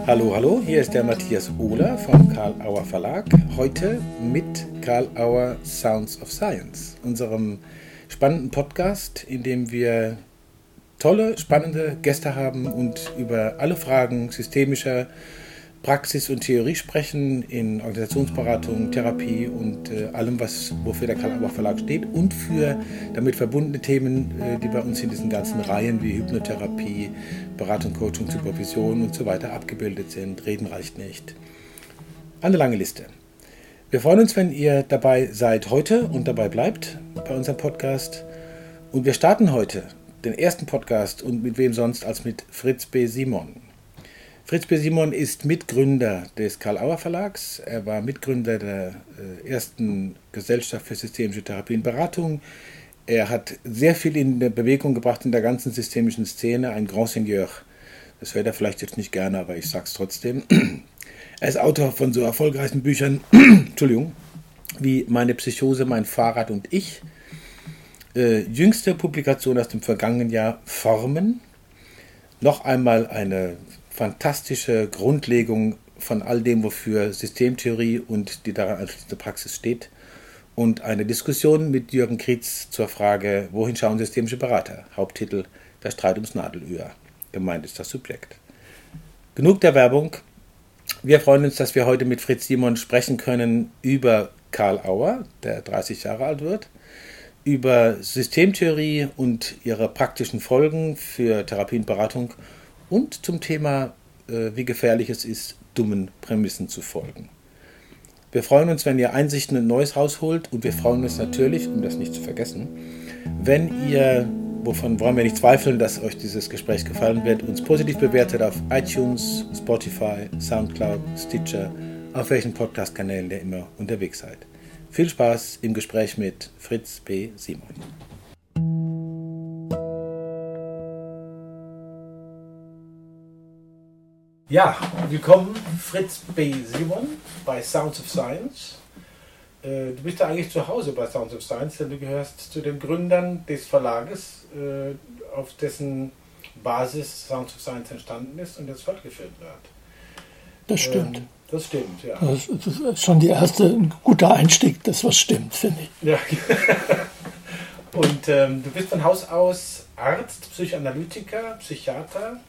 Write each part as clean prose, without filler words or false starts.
Hallo, hallo, hier ist der Matthias Ohler vom Karl Auer Verlag, heute mit Karl Auer Sounds of Science, unserem spannenden Podcast, in dem wir tolle, spannende Gäste haben und über alle Fragen systemischer Praxis und Theorie sprechen in Organisationsberatung, Therapie und allem, wofür der Karl Auer Verlag steht und für damit verbundene Themen, die bei uns in diesen ganzen Reihen wie Hypnotherapie, Beratung, Coaching, Supervision und so weiter abgebildet sind. Reden reicht nicht. Eine lange Liste. Wir freuen uns, wenn ihr dabei seid heute und dabei bleibt bei unserem Podcast. Und wir starten heute den ersten Podcast und mit wem sonst als mit Fritz B. Simon. Fritz B. Simon ist Mitgründer des Karl Auer Verlags. Er war Mitgründer der ersten Gesellschaft für systemische Therapie und Beratung. Er hat sehr viel in Bewegung gebracht in der ganzen systemischen Szene, ein Grand Seigneur. Das hört er vielleicht jetzt nicht gerne, aber ich sage es trotzdem. Er ist Autor von so erfolgreichen Büchern Entschuldigung, wie Meine Psychose, mein Fahrrad und ich. Jüngste Publikation aus dem vergangenen Jahr, Formen. Noch einmal eine fantastische Grundlegung von all dem, wofür Systemtheorie und die daran anschließende Praxis steht. Und eine Diskussion mit Jürgen Krietz zur Frage, wohin schauen systemische Berater? Haupttitel, der Streit ums Nadelöhr. Gemeint ist das Subjekt. Genug der Werbung. Wir freuen uns, dass wir heute mit Fritz Simon sprechen können über Karl Auer, der 30 Jahre alt wird, über Systemtheorie und ihre praktischen Folgen für Therapie und Beratung und zum Thema, wie gefährlich es ist, dummen Prämissen zu folgen. Wir freuen uns, wenn ihr Einsichten und Neues rausholt und wir freuen uns natürlich, um das nicht zu vergessen, wenn ihr, wovon wollen wir nicht zweifeln, dass euch dieses Gespräch gefallen wird, uns positiv bewertet auf iTunes, Spotify, Soundcloud, Stitcher, auf welchen Podcast-Kanälen ihr immer unterwegs seid. Viel Spaß im Gespräch mit Fritz B. Simon. Ja, willkommen Fritz B. Simon bei Sounds of Science. Du bist ja eigentlich zu Hause bei Sounds of Science, denn du gehörst zu den Gründern des Verlages, auf dessen Basis Sounds of Science entstanden ist und jetzt fortgeführt wird. Das stimmt. Das stimmt, ja. Das ist schon ein guter Einstieg, das was stimmt, finde ich. Ja. Und du bist von Haus aus Arzt, Psychoanalytiker, Psychiater.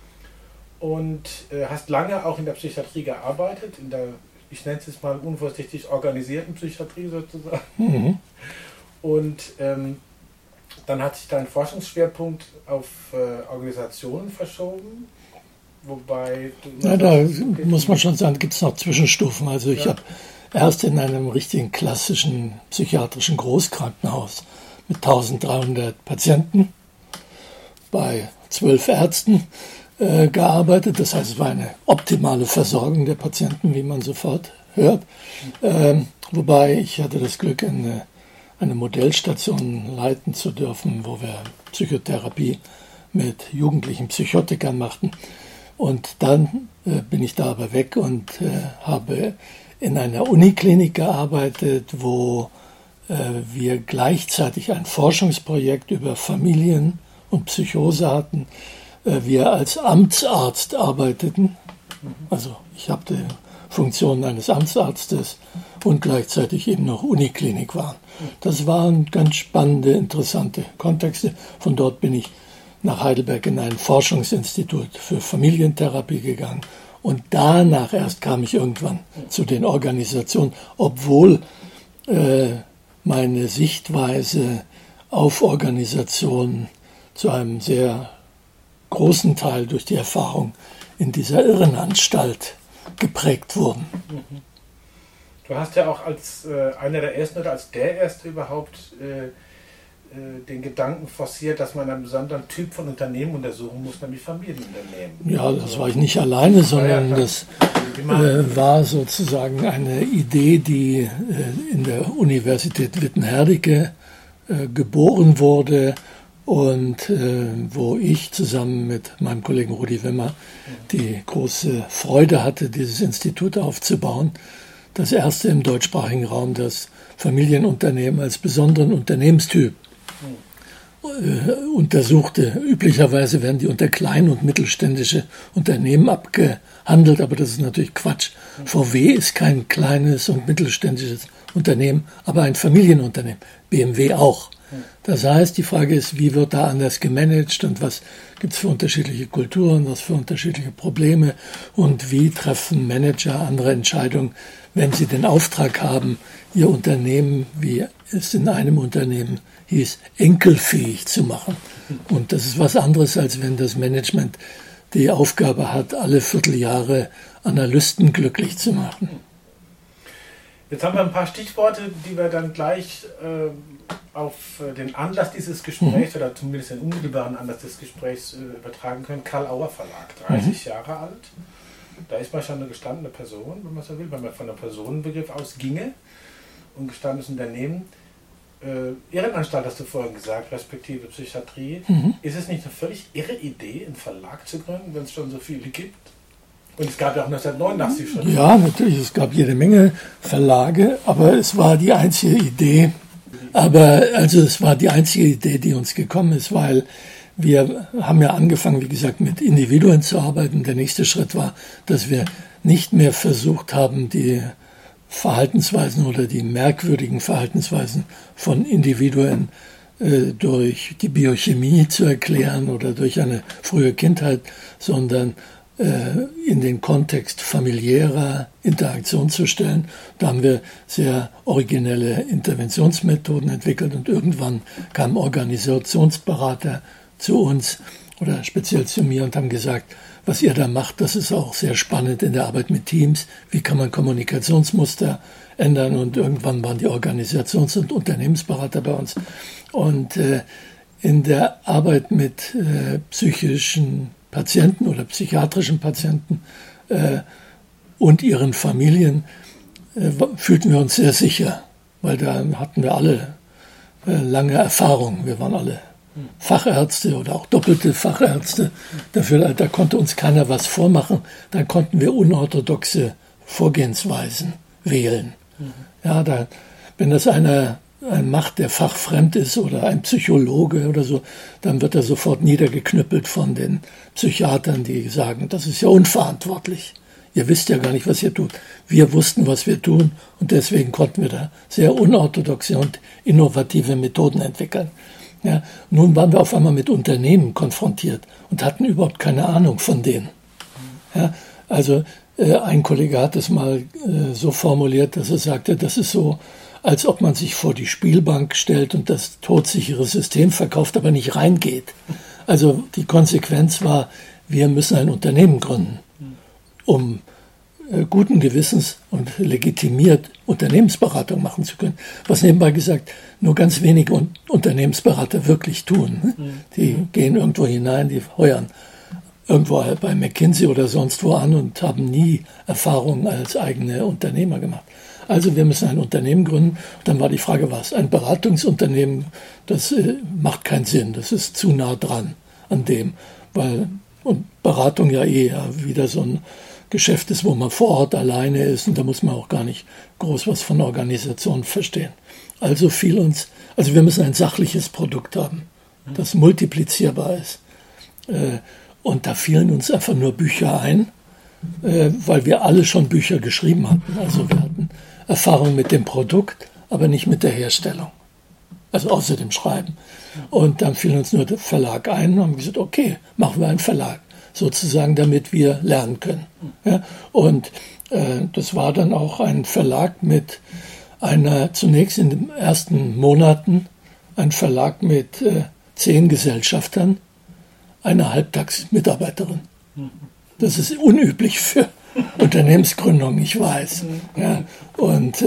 Und hast lange auch in der Psychiatrie gearbeitet, in der, ich nenne es jetzt mal unvorsichtig, organisierten Psychiatrie sozusagen. Mhm. Und dann hat sich dein Forschungsschwerpunkt auf Organisationen verschoben, wobei... Ja, da muss man schon sagen, gibt es noch Zwischenstufen. Also ich habe erst in einem richtigen klassischen psychiatrischen Großkrankenhaus mit 1300 Patienten bei 12 Ärzten gearbeitet. Das heißt, es war eine optimale Versorgung der Patienten, wie man sofort hört. Wobei ich hatte das Glück, eine Modellstation leiten zu dürfen, wo wir Psychotherapie mit jugendlichen Psychotikern machten. Und dann bin ich da aber weg und habe in einer Uniklinik gearbeitet, wo wir gleichzeitig ein Forschungsprojekt über Familien und Psychose hatten. Wir als Amtsarzt arbeiteten, also ich habe die Funktion eines Amtsarztes und gleichzeitig eben noch Uniklinik waren. Das waren ganz spannende, interessante Kontexte. Von dort bin ich nach Heidelberg in ein Forschungsinstitut für Familientherapie gegangen und danach erst kam ich irgendwann zu den Organisationen, obwohl meine Sichtweise auf Organisationen zu einem sehr großen Teil durch die Erfahrung in dieser Irrenanstalt geprägt wurden. Du hast ja auch als einer der ersten oder als der erste überhaupt den Gedanken forciert, dass man einen besonderen Typ von Unternehmen untersuchen muss, nämlich Familienunternehmen. Ja, das war ich nicht alleine, sondern das war sozusagen eine Idee, die in der Universität Witten-Herdecke geboren wurde, und wo ich zusammen mit meinem Kollegen Rudi Wimmer die große Freude hatte, dieses Institut aufzubauen. Das erste im deutschsprachigen Raum, das Familienunternehmen als besonderen Unternehmenstyp untersuchte. Üblicherweise werden die unter klein- und mittelständische Unternehmen abgehandelt, aber das ist natürlich Quatsch. VW ist kein kleines und mittelständisches Unternehmen, aber ein Familienunternehmen. BMW auch. Das heißt, die Frage ist, wie wird da anders gemanagt und was gibt es für unterschiedliche Kulturen, was für unterschiedliche Probleme und wie treffen Manager andere Entscheidungen, wenn sie den Auftrag haben, ihr Unternehmen, wie es in einem Unternehmen hieß, enkelfähig zu machen. Und das ist was anderes, als wenn das Management die Aufgabe hat, alle Vierteljahre Analysten glücklich zu machen. Jetzt haben wir ein paar Stichworte, die wir dann gleich auf den Anlass dieses Gesprächs oder zumindest den unmittelbaren Anlass des Gesprächs übertragen können. Karl Auer Verlag, 30 Jahre alt. Da ist man schon eine gestandene Person, wenn man so will, wenn man von einem Personenbegriff ausginge und gestandenes Unternehmen. Irrenanstalt hast du vorhin gesagt, respektive Psychiatrie. Ist es nicht eine völlig irre Idee, einen Verlag zu gründen, wenn es schon so viele gibt? Und es gab ja auch 1989 schon. Ja, natürlich, es gab jede Menge Verlage, aber es war die einzige Idee. Es war die einzige Idee, die uns gekommen ist, weil wir haben ja angefangen, wie gesagt, mit Individuen zu arbeiten. Der nächste Schritt war, dass wir nicht mehr versucht haben, die Verhaltensweisen oder die merkwürdigen Verhaltensweisen von Individuen durch die Biochemie zu erklären oder durch eine frühe Kindheit, sondern in den Kontext familiärer Interaktion zu stellen. Da haben wir sehr originelle Interventionsmethoden entwickelt und irgendwann kamen Organisationsberater zu uns oder speziell zu mir und haben gesagt, was ihr da macht, das ist auch sehr spannend in der Arbeit mit Teams. Wie kann man Kommunikationsmuster ändern? Und irgendwann waren die Organisations- und Unternehmensberater bei uns. Und in der Arbeit mit psychischen Patienten oder psychiatrischen Patienten und ihren Familien fühlten wir uns sehr sicher, weil da hatten wir alle lange Erfahrung. Wir waren alle Fachärzte oder auch doppelte Fachärzte. Dafür, da konnte uns keiner was vormachen. Da konnten wir unorthodoxe Vorgehensweisen wählen. Ja, wenn das einer macht, der fachfremd ist oder ein Psychologe oder so, dann wird er sofort niedergeknüppelt von den Psychiatern, die sagen, das ist ja unverantwortlich. Ihr wisst ja gar nicht, was ihr tut. Wir wussten, was wir tun und deswegen konnten wir da sehr unorthodoxe und innovative Methoden entwickeln. Ja, nun waren wir auf einmal mit Unternehmen konfrontiert und hatten überhaupt keine Ahnung von denen. Ja, also ein Kollege hat es mal so formuliert, dass er sagte, das ist so, als ob man sich vor die Spielbank stellt und das todsichere System verkauft, aber nicht reingeht. Also die Konsequenz war, wir müssen ein Unternehmen gründen, um guten Gewissens und legitimiert Unternehmensberatung machen zu können. Was nebenbei gesagt nur ganz wenige Unternehmensberater wirklich tun. Die gehen irgendwo hinein, die heuern irgendwo bei McKinsey oder sonst wo an und haben nie Erfahrungen als eigene Unternehmer gemacht. Also wir müssen ein Unternehmen gründen. Dann war die Frage, was? Ein Beratungsunternehmen, das macht keinen Sinn. Das ist zu nah dran an dem. Und Beratung ja eher wieder so ein Geschäft ist, wo man vor Ort alleine ist und da muss man auch gar nicht groß was von Organisation verstehen. Also wir müssen ein sachliches Produkt haben, das multiplizierbar ist. Und da fielen uns einfach nur Bücher ein, weil wir alle schon Bücher geschrieben hatten. Also wir hatten Erfahrung mit dem Produkt, aber nicht mit der Herstellung. Also außer dem Schreiben. Und dann fiel uns nur der Verlag ein und haben gesagt, okay, machen wir einen Verlag. Sozusagen, damit wir lernen können. Ja, und das war dann auch ein Verlag mit zunächst in den ersten Monaten, ein Verlag mit 10 Gesellschaftern, einer Halbtagsmitarbeiterin. Das ist unüblich für Unternehmensgründung, ich weiß. Ja, und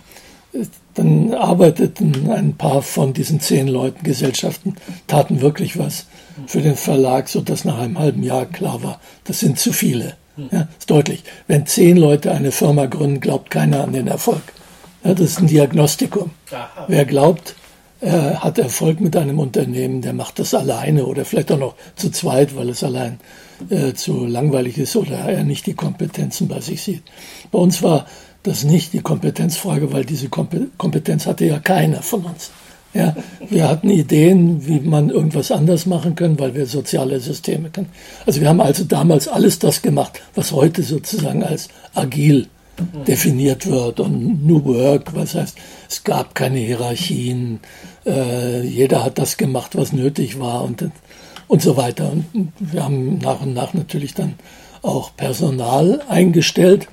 dann arbeiteten ein paar von diesen 10 Leuten, Gesellschaften, taten wirklich was für den Verlag, sodass nach einem halben Jahr klar war, das sind zu viele. Ja, ist deutlich. Wenn 10 Leute eine Firma gründen, glaubt keiner an den Erfolg. Ja, das ist ein Diagnostikum. Aha. Wer glaubt, er hat Erfolg mit einem Unternehmen, der macht das alleine oder vielleicht auch noch zu zweit, weil es allein zu langweilig ist oder er nicht die Kompetenzen bei sich sieht. Bei uns war das nicht die Kompetenzfrage, weil diese Kompetenz hatte ja keiner von uns. Ja, wir hatten Ideen, wie man irgendwas anders machen kann, weil wir soziale Systeme kennen. Also wir haben also damals alles das gemacht, was heute sozusagen als agil definiert wird und New Work, was heißt, es gab keine Hierarchien, jeder hat das gemacht, was nötig war und so weiter. Und wir haben nach und nach natürlich dann auch Personal eingestellt.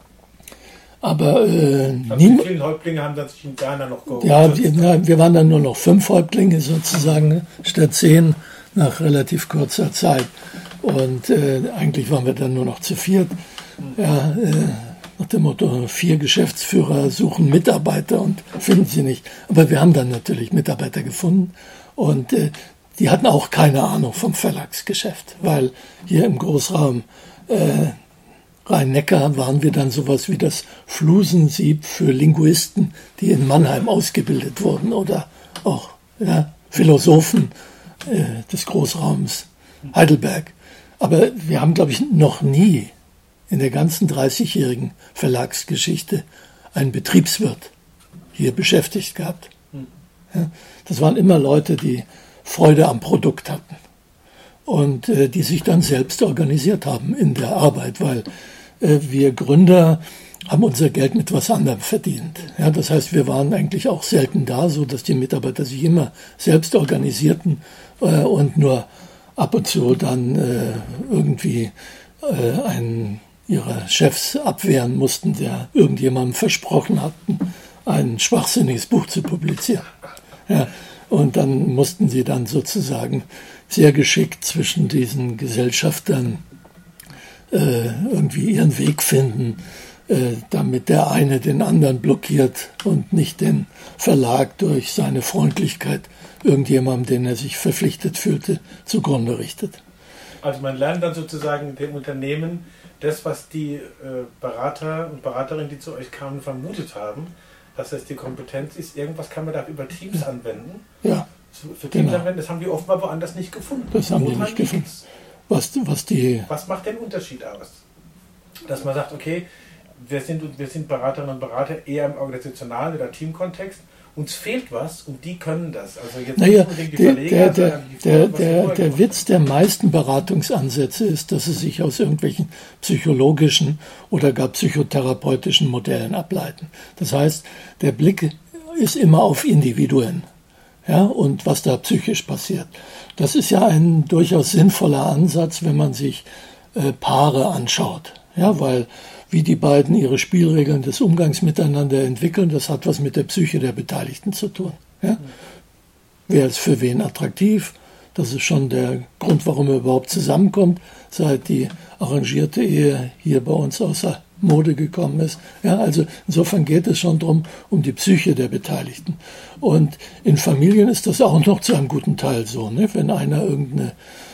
Aber wie viele Häuptlinge haben dann sich in Ghana noch geholt? Ja, wir waren dann nur noch 5 Häuptlinge sozusagen, statt 10 nach relativ kurzer Zeit. Und eigentlich waren wir dann nur noch zu 4. Ja, nach dem Motto, 4 Geschäftsführer suchen Mitarbeiter und finden sie nicht. Aber wir haben dann natürlich Mitarbeiter gefunden und die hatten auch keine Ahnung vom Verlagsgeschäft, weil hier im Großraum Rhein-Neckar waren wir dann sowas wie das Flusensieb für Linguisten, die in Mannheim ausgebildet wurden oder auch Philosophen des Großraums Heidelberg. Aber wir haben, glaube ich, noch nie in der ganzen 30-jährigen Verlagsgeschichte einen Betriebswirt hier beschäftigt gehabt. Ja, das waren immer Leute, die Freude am Produkt hatten und die sich dann selbst organisiert haben in der Arbeit, weil wir Gründer haben unser Geld mit was anderem verdient. Ja, das heißt, wir waren eigentlich auch selten da, so dass die Mitarbeiter sich immer selbst organisierten und nur ab und zu dann irgendwie einen ihrer Chefs abwehren mussten, der irgendjemandem versprochen hatten, ein schwachsinniges Buch zu publizieren. Ja, und dann mussten sie dann sozusagen sehr geschickt zwischen diesen Gesellschaftern irgendwie ihren Weg finden, damit der eine den anderen blockiert und nicht den Verlag durch seine Freundlichkeit irgendjemandem, den er sich verpflichtet fühlte, zugrunde richtet. Also man lernt dann sozusagen dem Unternehmen das, was die Berater und Beraterinnen, die zu euch kamen, vermutet haben, dass das die Kompetenz ist, irgendwas kann man da über Teams anwenden. Ja. Für Teams anwenden, das haben die offenbar woanders nicht gefunden. Das haben die nicht gefunden. Was macht den Unterschied aus? Dass man sagt, okay, wir sind Beraterinnen und Berater eher im organisationalen oder Teamkontext, uns fehlt was und die können das. Also jetzt nicht die Verleger, der Witz der meisten Beratungsansätze ist, dass sie sich aus irgendwelchen psychologischen oder gar psychotherapeutischen Modellen ableiten. Das heißt, der Blick ist immer auf Individuen. Ja, und was da psychisch passiert. Das ist ja ein durchaus sinnvoller Ansatz, wenn man sich Paare anschaut. Ja, weil wie die beiden ihre Spielregeln des Umgangs miteinander entwickeln, das hat was mit der Psyche der Beteiligten zu tun. Ja? Wer ist für wen attraktiv? Das ist schon der Grund, warum er überhaupt zusammenkommt, seit die arrangierte Ehe hier bei uns außer Mode gekommen ist. Ja, also insofern geht es schon darum, um die Psyche der Beteiligten. Und in Familien ist das auch noch zu einem guten Teil so. Ne? Wenn einer irgendeine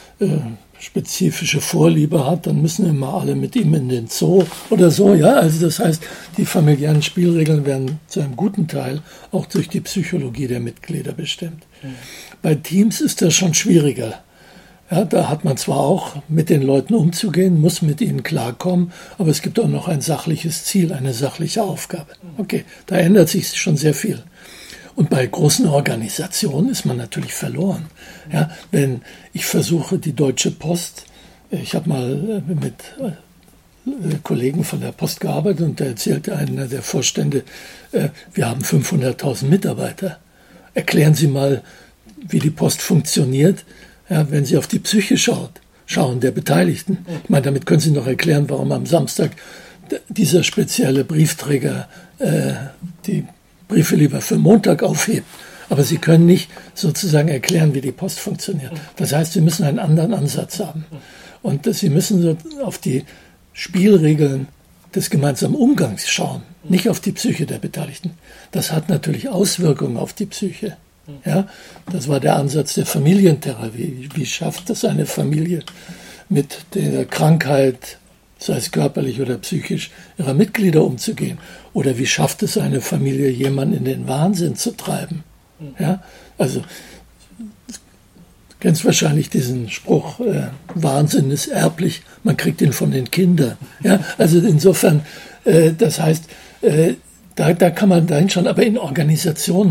spezifische Vorliebe hat, dann müssen immer alle mit ihm in den Zoo oder so. Ja, also das heißt, die familiären Spielregeln werden zu einem guten Teil auch durch die Psychologie der Mitglieder bestimmt. Bei Teams ist das schon schwieriger. Ja, da hat man zwar auch mit den Leuten umzugehen, muss mit ihnen klarkommen, aber es gibt auch noch ein sachliches Ziel, eine sachliche Aufgabe. Okay, da ändert sich schon sehr viel. Und bei großen Organisationen ist man natürlich verloren. Ja, wenn ich versuche, die Deutsche Post, ich habe mal mit Kollegen von der Post gearbeitet und da erzählte einer der Vorstände, wir haben 500.000 Mitarbeiter. Erklären Sie mal, wie die Post funktioniert, ja, wenn Sie auf die Psyche schauen der Beteiligten. Ich meine, damit können Sie noch erklären, warum am Samstag dieser spezielle Briefträger die Briefe lieber für Montag aufhebt. Aber Sie können nicht sozusagen erklären, wie die Post funktioniert. Das heißt, Sie müssen einen anderen Ansatz haben. Und Sie müssen auf die Spielregeln des gemeinsamen Umgangs schauen, nicht auf die Psyche der Beteiligten. Das hat natürlich Auswirkungen auf die Psyche. Ja, das war der Ansatz der Familientherapie. Wie schafft es eine Familie mit der Krankheit, sei es körperlich oder psychisch, ihrer Mitglieder umzugehen? Oder wie schafft es eine Familie, jemanden in den Wahnsinn zu treiben? Ja, also du kennst wahrscheinlich diesen Spruch, Wahnsinn ist erblich, man kriegt ihn von den Kindern. Ja, also insofern, das heißt, da kann man da hinschauen, aber in Organisationen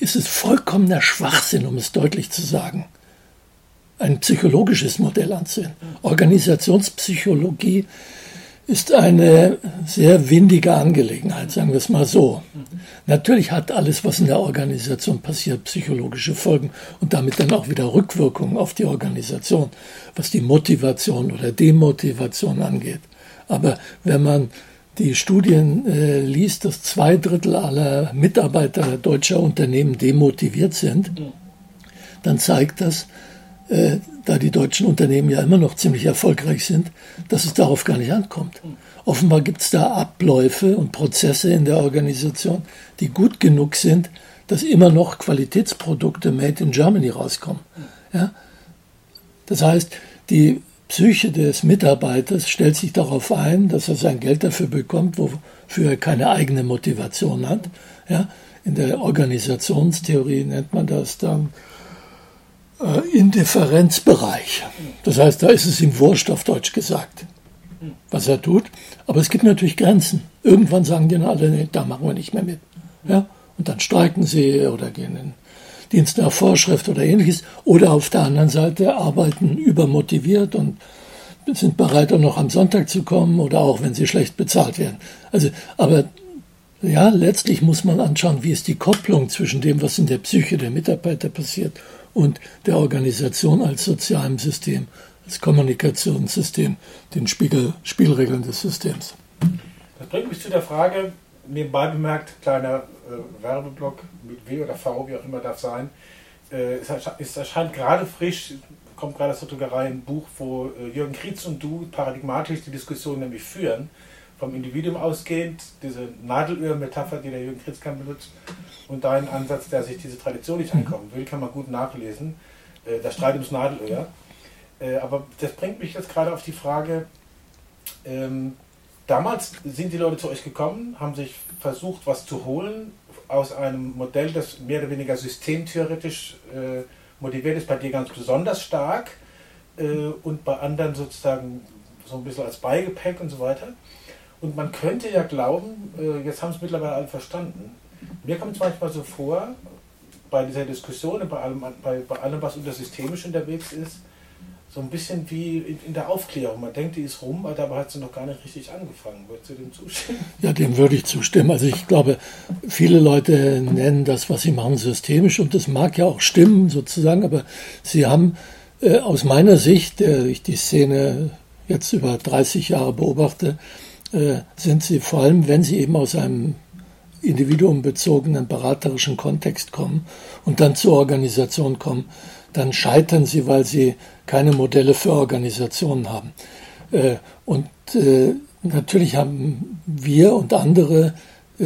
ist es vollkommener Schwachsinn, um es deutlich zu sagen, ein psychologisches Modell anzuwenden. Organisationspsychologie ist eine sehr windige Angelegenheit, sagen wir es mal so. Natürlich hat alles, was in der Organisation passiert, psychologische Folgen und damit dann auch wieder Rückwirkungen auf die Organisation, was die Motivation oder Demotivation angeht. Aber wenn man die Studien liest, dass 2/3 aller Mitarbeiter deutscher Unternehmen demotiviert sind, dann zeigt das, da die deutschen Unternehmen ja immer noch ziemlich erfolgreich sind, dass es darauf gar nicht ankommt. Offenbar gibt es da Abläufe und Prozesse in der Organisation, die gut genug sind, dass immer noch Qualitätsprodukte made in Germany rauskommen. Ja? Das heißt, die Psyche des Mitarbeiters stellt sich darauf ein, dass er sein Geld dafür bekommt, wofür er keine eigene Motivation hat. Ja? In der Organisationstheorie nennt man das dann Indifferenzbereich. Das heißt, da ist es ihm wurscht, auf Deutsch gesagt, was er tut. Aber es gibt natürlich Grenzen. Irgendwann sagen die dann alle, nee, da machen wir nicht mehr mit. Ja? Und dann streiken sie oder gehen in Dienst nach Vorschrift oder ähnliches. Oder auf der anderen Seite arbeiten übermotiviert und sind bereit, auch noch am Sonntag zu kommen oder auch, wenn sie schlecht bezahlt werden. Also, aber ja, letztlich muss man anschauen, wie ist die Kopplung zwischen dem, was in der Psyche der Mitarbeiter passiert und der Organisation als sozialem System, als Kommunikationssystem, den Spielregeln des Systems. Das bringt mich zu der Frage, nebenbei bemerkt, kleiner Werbeblock mit W oder V, wie auch immer darf sein. Es erscheint gerade frisch, kommt gerade aus der Druckerei ein Buch, wo Jürgen Krietz und du paradigmatisch die Diskussion nämlich führen, vom Individuum ausgehend, diese Nadelöhr-Metapher, die der Jürgen Krietz benutzt, und dein Ansatz, der sich diese Tradition nicht ankommen will, kann man gut nachlesen. Der Streit ums Nadelöhr. Aber das bringt mich jetzt gerade auf die Frage, damals sind die Leute zu euch gekommen, haben sich versucht, was zu holen aus einem Modell, das mehr oder weniger systemtheoretisch motiviert ist, bei dir ganz besonders stark und bei anderen sozusagen so ein bisschen als Beigepäck und so weiter. Und man könnte ja glauben, jetzt haben es mittlerweile alle verstanden. Mir kommt es manchmal so vor, bei dieser Diskussion, bei allem, was untersystemisch unterwegs ist, so ein bisschen wie in der Aufklärung. Man denkt, die ist rum, aber dabei hat sie noch gar nicht richtig angefangen. Würdest du dem zustimmen? Ja, dem würde ich zustimmen. Also ich glaube, viele Leute nennen das, was sie machen, systemisch, und das mag ja auch stimmen sozusagen, aber sie haben aus meiner Sicht, ich die Szene jetzt über 30 Jahre beobachte, sind sie vor allem, wenn sie eben aus einem individuumbezogenen beraterischen Kontext kommen und dann zur Organisation kommen, dann scheitern sie, weil sie keine Modelle für Organisationen haben. Und natürlich haben wir und andere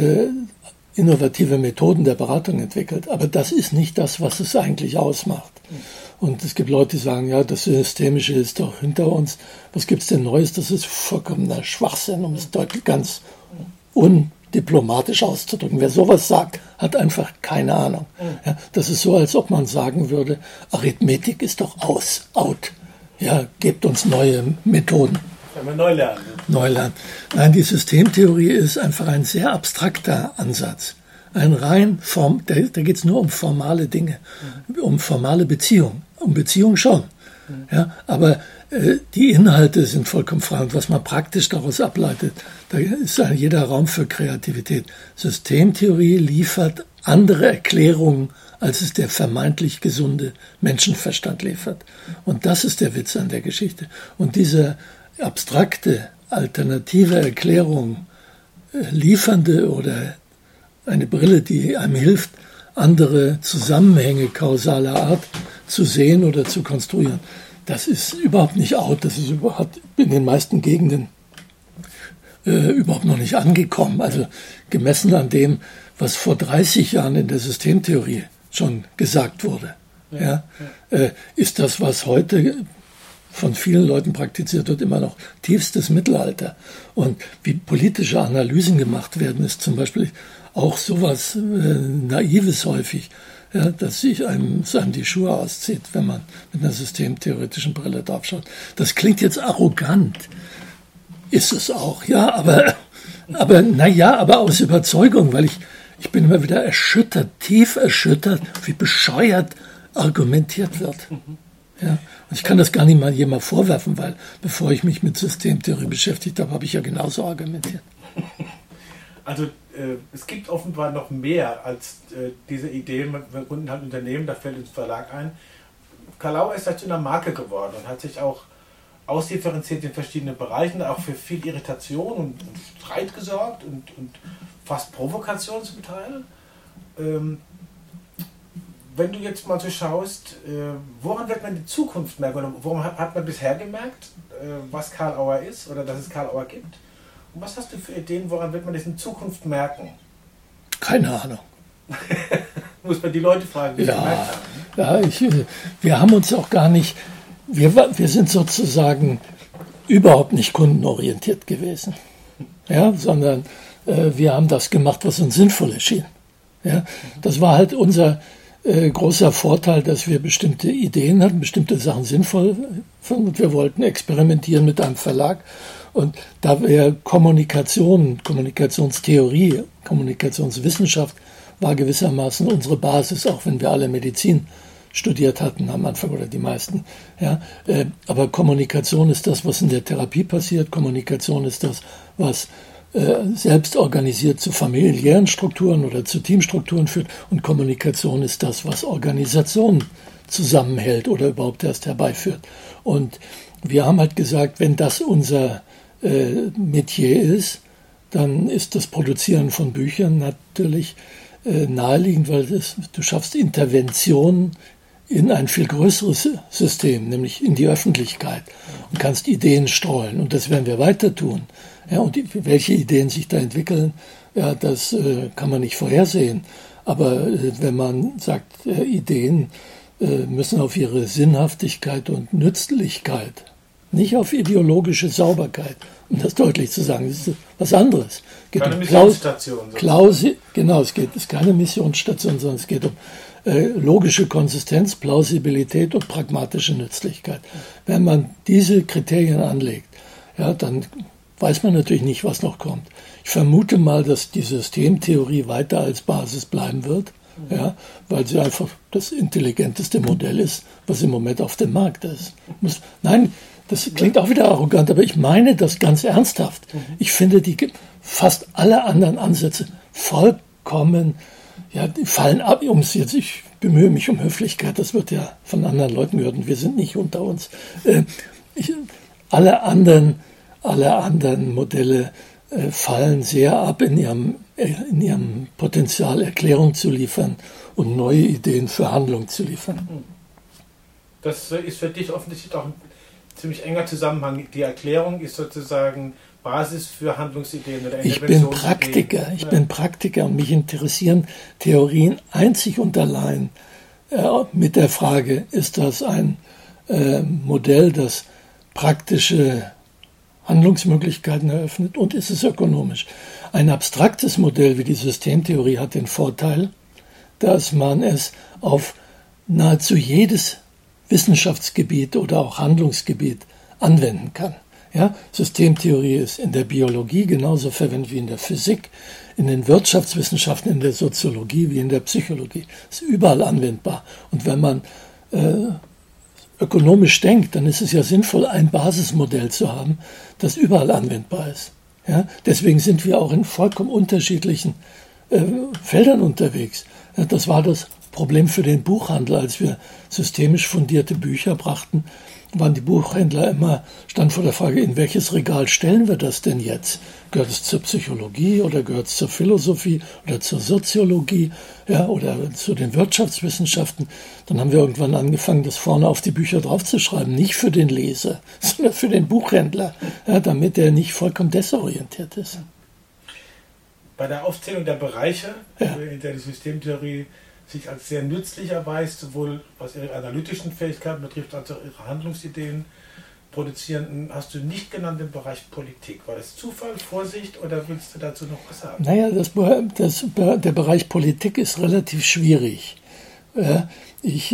innovative Methoden der Beratung entwickelt, aber das ist nicht das, was es eigentlich ausmacht. Und es gibt Leute, die sagen, ja, das Systemische ist doch hinter uns. Was gibt es denn Neues? Das ist vollkommener Schwachsinn, um es deutlich ganz undiplomatisch auszudrücken. Wer sowas sagt, hat einfach keine Ahnung. Ja, das ist so, als ob man sagen würde, Arithmetik ist doch out. Ja, gebt uns neue Methoden. Wenn wir neu lernen. Neulernen. Nein, die Systemtheorie ist einfach ein sehr abstrakter Ansatz. Ein rein da geht es nur um formale Dinge, um formale Beziehungen. Um Beziehungen schon. Ja, aber die Inhalte sind vollkommen frei. Und was man praktisch daraus ableitet, da ist jeder Raum für Kreativität. Systemtheorie liefert andere Erklärungen, als es der vermeintlich gesunde Menschenverstand liefert. Und das ist der Witz an der Geschichte. Und diese abstrakte, alternative Erklärung liefernde oder eine Brille, die einem hilft, andere Zusammenhänge kausaler Art zu sehen oder zu konstruieren. Das ist überhaupt nicht out, das ist überhaupt in den meisten Gegenden überhaupt noch nicht angekommen. Also gemessen an dem, was vor 30 Jahren in der Systemtheorie schon gesagt wurde, ist das, was heute von vielen Leuten praktiziert wird, immer noch tiefstes Mittelalter. Und wie politische Analysen gemacht werden, ist zum Beispiel auch sowas Naives häufig, ja, dass einem die Schuhe auszieht, wenn man mit einer systemtheoretischen Brille draufschaut. Das klingt jetzt arrogant, ist es auch, ja, aber aus Überzeugung, weil Ich bin immer wieder erschüttert, tief erschüttert, wie bescheuert argumentiert wird. Ja, und ich kann das gar nicht mal jemand vorwerfen, weil bevor ich mich mit Systemtheorie beschäftigt habe, habe ich ja genauso argumentiert. Also es gibt offenbar noch mehr als diese Ideen. Wir gründen halt Unternehmen, da fällt uns Verlag ein. Karl Auer ist halt zu einer Marke geworden und hat sich auch ausdifferenziert in verschiedenen Bereichen, auch für viel Irritation und Streit gesorgt und fast Provokation zum Teil. Wenn du jetzt mal so schaust, woran wird man die Zukunft merken? Oder woran hat man bisher gemerkt, was Karl Auer ist oder dass es Karl Auer gibt? Und was hast du für Ideen, woran wird man das in Zukunft merken? Keine Ahnung. Muss man die Leute fragen, die es gemerkt haben. Ja, wir haben uns auch gar nicht, wir sind sozusagen überhaupt nicht kundenorientiert gewesen, ja, sondern wir haben das gemacht, was uns sinnvoll erschien. Ja, das war halt unser großer Vorteil, dass wir bestimmte Ideen hatten, bestimmte Sachen sinnvoll fanden und wir wollten experimentieren mit einem Verlag. Und da wir Kommunikationstheorie, Kommunikationswissenschaft war gewissermaßen unsere Basis, auch wenn wir alle Medizin studiert hatten am Anfang oder die meisten. Ja, aber Kommunikation ist das, was in der Therapie passiert. Kommunikation ist das, was selbst organisiert zu familiären Strukturen oder zu Teamstrukturen führt. Und Kommunikation ist das, was Organisationen zusammenhält oder überhaupt erst herbeiführt. Und wir haben halt gesagt, wenn das unser Metier ist, dann ist das Produzieren von Büchern natürlich naheliegend, weil du schaffst Interventionen in ein viel größeres System, nämlich in die Öffentlichkeit und kannst Ideen streuen. Und das werden wir weiter tun. Ja, und welche Ideen sich da entwickeln, ja, das kann man nicht vorhersehen. Aber wenn man sagt, Ideen müssen auf ihre Sinnhaftigkeit und Nützlichkeit, nicht auf ideologische Sauberkeit, um das deutlich zu sagen, das ist was anderes. Es keine Missionsstation. Genau, es ist keine Missionsstation, sondern es geht um logische Konsistenz, Plausibilität und pragmatische Nützlichkeit. Wenn man diese Kriterien anlegt, ja, dann weiß man natürlich nicht, was noch kommt. Ich vermute mal, dass die Systemtheorie weiter als Basis bleiben wird, ja, weil sie einfach das intelligenteste Modell ist, was im Moment auf dem Markt ist. Nein, das klingt auch wieder arrogant, aber ich meine das ganz ernsthaft. Ich finde fast alle anderen Ansätze vollkommen, ja, die fallen ab. Ich bemühe mich um Höflichkeit, das wird ja von anderen Leuten gehört und wir sind nicht unter uns. Alle anderen Modelle fallen sehr ab in ihrem Potenzial, Erklärung zu liefern und neue Ideen für Handlung zu liefern. Das ist für dich offensichtlich auch ein ziemlich enger Zusammenhang. Die Erklärung ist sozusagen Basis für Handlungsideen oder Interventionsideen. Ich bin Praktiker und mich interessieren Theorien einzig und allein mit der Frage, ist das ein Modell, das praktische Handlungsmöglichkeiten eröffnet und ist es ökonomisch. Ein abstraktes Modell wie die Systemtheorie hat den Vorteil, dass man es auf nahezu jedes Wissenschaftsgebiet oder auch Handlungsgebiet anwenden kann. Ja, Systemtheorie ist in der Biologie genauso verwendet wie in der Physik, in den Wirtschaftswissenschaften, in der Soziologie wie in der Psychologie. Ist überall anwendbar. Und wenn man ökonomisch denkt, dann ist es ja sinnvoll, ein Basismodell zu haben, das überall anwendbar ist. Ja, deswegen sind wir auch in vollkommen unterschiedlichen Feldern unterwegs. Ja, das war das Problem für den Buchhandel, als wir systemisch fundierte Bücher brachten, waren die Buchhändler stand vor der Frage, in welches Regal stellen wir das denn jetzt? Gehört es zur Psychologie oder gehört es zur Philosophie oder zur Soziologie, ja, oder zu den Wirtschaftswissenschaften? Dann haben wir irgendwann angefangen, das vorne auf die Bücher draufzuschreiben, nicht für den Leser, sondern für den Buchhändler, ja, damit er nicht vollkommen desorientiert ist. Bei der Aufzählung der Bereiche, in der die Systemtheorie sich als sehr nützlich erweist, sowohl was ihre analytischen Fähigkeiten betrifft, als auch ihre Handlungsideen produzieren, hast du nicht genannt den Bereich Politik. War das Zufall, Vorsicht oder willst du dazu noch was sagen? Naja, der Bereich Politik ist relativ schwierig. Ich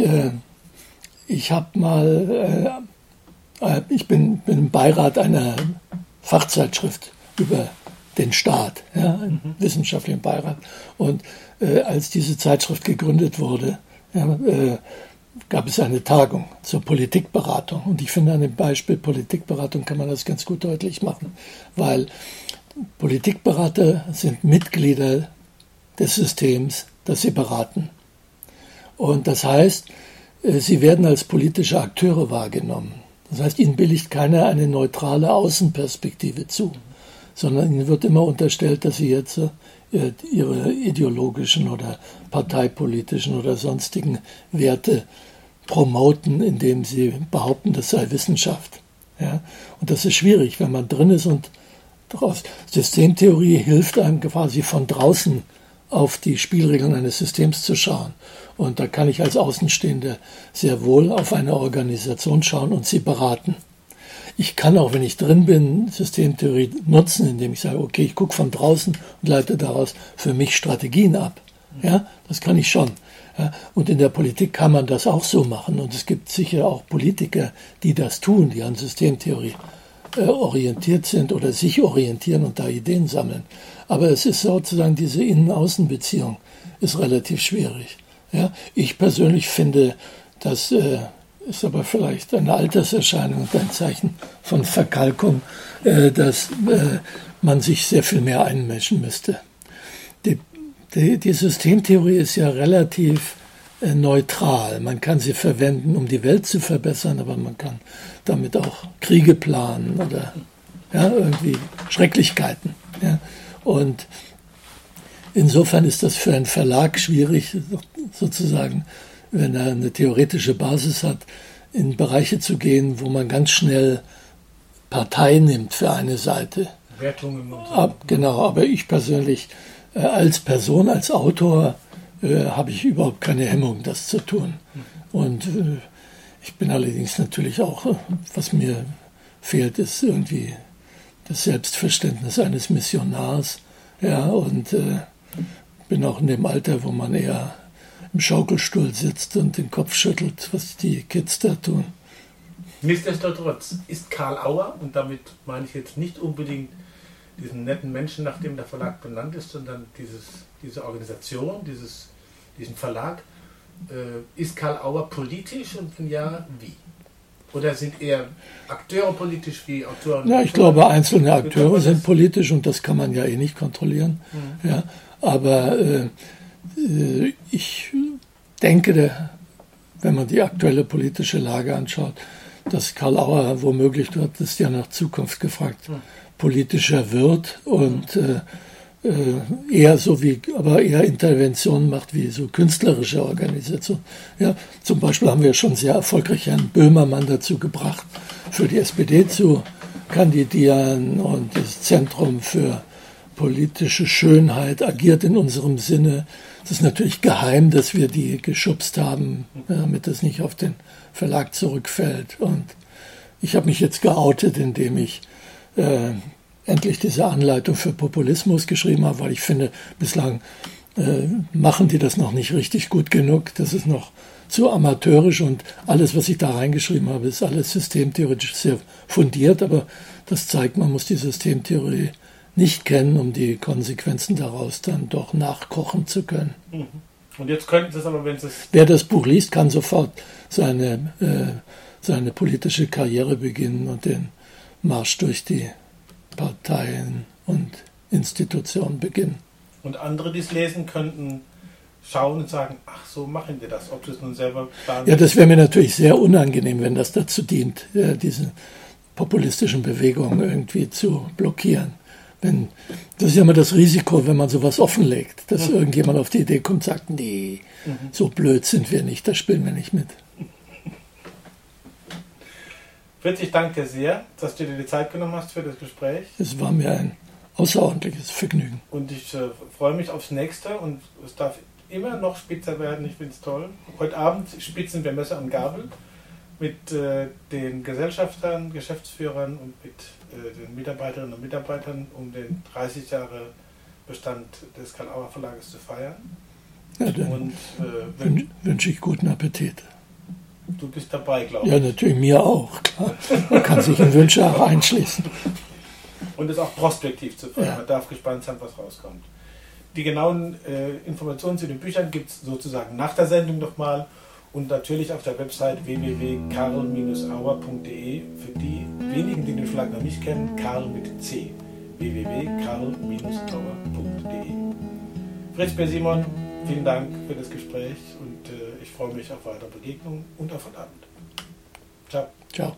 bin im Beirat einer Fachzeitschrift über den Staat, ja, einen wissenschaftlichen Beirat. Und als diese Zeitschrift gegründet wurde, ja, gab es eine Tagung zur Politikberatung. Und ich finde, an dem Beispiel Politikberatung kann man das ganz gut deutlich machen, weil Politikberater sind Mitglieder des Systems, das sie beraten. Und das heißt, sie werden als politische Akteure wahrgenommen. Das heißt, ihnen billigt keiner eine neutrale Außenperspektive zu, sondern ihnen wird immer unterstellt, dass sie jetzt ihre ideologischen oder parteipolitischen oder sonstigen Werte promoten, indem sie behaupten, das sei Wissenschaft. Ja? Und das ist schwierig, wenn man drin ist und draus. Systemtheorie hilft einem quasi von draußen auf die Spielregeln eines Systems zu schauen. Und da kann ich als Außenstehender sehr wohl auf eine Organisation schauen und sie beraten. Ich kann auch, wenn ich drin bin, Systemtheorie nutzen, indem ich sage, okay, ich gucke von draußen und leite daraus für mich Strategien ab. Ja, das kann ich schon. Ja, und in der Politik kann man das auch so machen. Und es gibt sicher auch Politiker, die das tun, die an Systemtheorie orientiert sind oder sich orientieren und da Ideen sammeln. Aber es ist sozusagen, diese Innen-Außen-Beziehung ist relativ schwierig. Ja, ich persönlich finde, das ist aber vielleicht eine Alterserscheinung und ein Zeichen von Verkalkung, dass man sich sehr viel mehr einmischen müsste. Die Systemtheorie ist ja relativ neutral. Man kann sie verwenden, um die Welt zu verbessern, aber man kann damit auch Kriege planen oder ja, irgendwie Schrecklichkeiten. Ja. Und insofern ist das für einen Verlag schwierig, sozusagen, wenn er eine theoretische Basis hat, in Bereiche zu gehen, wo man ganz schnell Partei nimmt für eine Seite. Wertungen und so. Genau, aber ich persönlich als Person, als Autor habe ich überhaupt keine Hemmung, das zu tun. Und ich bin allerdings natürlich auch, was mir fehlt, ist irgendwie das Selbstverständnis eines Missionars. Ja, und bin auch in dem Alter, wo man eher im Schaukelstuhl sitzt und den Kopf schüttelt, was die Kids da tun. Nichtsdestotrotz ist Karl Auer, und damit meine ich jetzt nicht unbedingt diesen netten Menschen, nach dem der Verlag benannt ist, sondern diese Organisation, diesen Verlag, ist Karl Auer politisch und wenn ja, wie? Oder sind eher Akteure politisch wie Autoren? Ja, ich glaube, einzelne Akteure sind politisch und das kann man ja eh nicht kontrollieren. Mhm. Ja, aber ich denke, wenn man die aktuelle politische Lage anschaut, dass Karl Auer womöglich, du hattest ja nach Zukunft gefragt, politischer wird und eher so wie, aber eher Interventionen macht wie so künstlerische Organisationen. Ja, zum Beispiel haben wir schon sehr erfolgreich Herrn Böhmermann dazu gebracht, für die SPD zu kandidieren und das Zentrum für politische Schönheit agiert in unserem Sinne. Es ist natürlich geheim, dass wir die geschubst haben, damit es nicht auf den Verlag zurückfällt. Und ich habe mich jetzt geoutet, indem ich endlich diese Anleitung für Populismus geschrieben habe, weil ich finde, bislang machen die das noch nicht richtig gut genug. Das ist noch zu amateurisch und alles, was ich da reingeschrieben habe, ist alles systemtheoretisch sehr fundiert, aber das zeigt, man muss die Systemtheorie nicht kennen, um die Konsequenzen daraus dann doch nachkochen zu können. Und jetzt könnten Sie es aber, wenn Sie es... Wer das Buch liest, kann sofort seine politische Karriere beginnen und den Marsch durch die Parteien und Institutionen beginnen. Und andere, die es lesen, könnten schauen und sagen, ach, so machen die das, ob sie es nun selber planen. Ja, das wäre mir natürlich sehr unangenehm, wenn das dazu dient, diese populistischen Bewegungen irgendwie zu blockieren. Das ist ja immer das Risiko, wenn man sowas offenlegt, dass irgendjemand auf die Idee kommt und sagt, nee, so blöd sind wir nicht, da spielen wir nicht mit. Fritz, ich danke dir sehr, dass du dir die Zeit genommen hast für das Gespräch. Es war mir ein außerordentliches Vergnügen. Und ich freue mich aufs nächste und es darf immer noch spitzer werden, ich finde es toll. Heute Abend spitzen wir Messer und Gabel mit den Gesellschaftern, Geschäftsführern und mit den Mitarbeiterinnen und Mitarbeitern, um den 30 Jahre Bestand des Karl Auer Verlages zu feiern. Ja, dann wünsche ich guten Appetit. Du bist dabei, glaube ich. Ja, natürlich, mir auch. Klar. Man kann sich in Wünsche auch einschließen. Und es auch prospektiv zu folgen. Ja. Man darf gespannt sein, was rauskommt. Die genauen Informationen zu den Büchern gibt es sozusagen nach der Sendung nochmal und natürlich auf der Website www.karl-auer.de für die wenigen, die den Verlag noch nicht kennen, Karl mit C. www.karl-auer.de. Fritz B. Simon, vielen Dank für das Gespräch und ich freue mich auf weitere Begegnungen und auf heute Abend. Ciao. Ciao.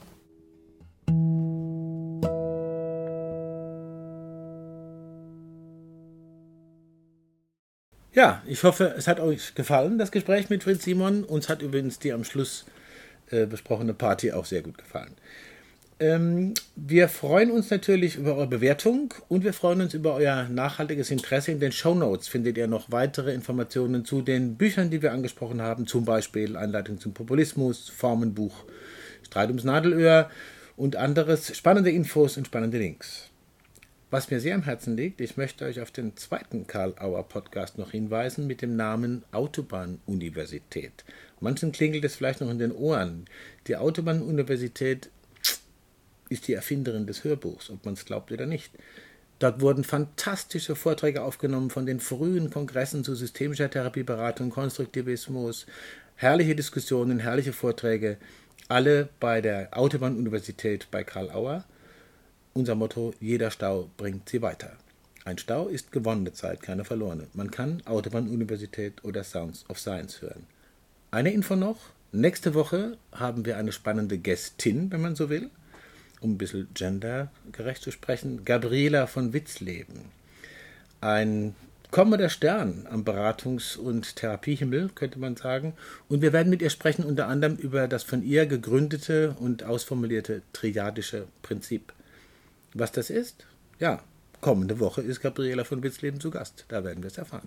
Ja, ich hoffe, es hat euch gefallen, das Gespräch mit Fritz Simon. Uns hat übrigens die am Schluss besprochene Party auch sehr gut gefallen. Wir freuen uns natürlich über eure Bewertung und wir freuen uns über euer nachhaltiges Interesse. In den Shownotes findet ihr noch weitere Informationen zu den Büchern, die wir angesprochen haben, zum Beispiel Einleitung zum Populismus, Formenbuch, Streit ums Nadelöhr und anderes, spannende Infos und spannende Links. Was mir sehr am Herzen liegt, ich möchte euch auf den zweiten Karl-Auer-Podcast noch hinweisen mit dem Namen Autobahn-Universität. Manchen klingelt es vielleicht noch in den Ohren. Die Autobahn-Universität ist die Erfinderin des Hörbuchs, ob man es glaubt oder nicht. Dort wurden fantastische Vorträge aufgenommen von den frühen Kongressen zu systemischer Therapieberatung, Konstruktivismus, herrliche Diskussionen, herrliche Vorträge, alle bei der Autobahn-Universität bei Karl Auer. Unser Motto, jeder Stau bringt sie weiter. Ein Stau ist gewonnene Zeit, keine verlorene. Man kann Autobahn-Universität oder Sounds of Science hören. Eine Info noch, nächste Woche haben wir eine spannende Gästin, wenn man so will, um ein bisschen gendergerecht zu sprechen, Gabriela von Witzleben. Ein kommender Stern am Beratungs- und Therapiehimmel, könnte man sagen. Und wir werden mit ihr sprechen, unter anderem über das von ihr gegründete und ausformulierte triadische Prinzip. Was das ist? Ja, kommende Woche ist Gabriela von Witzleben zu Gast. Da werden wir es erfahren.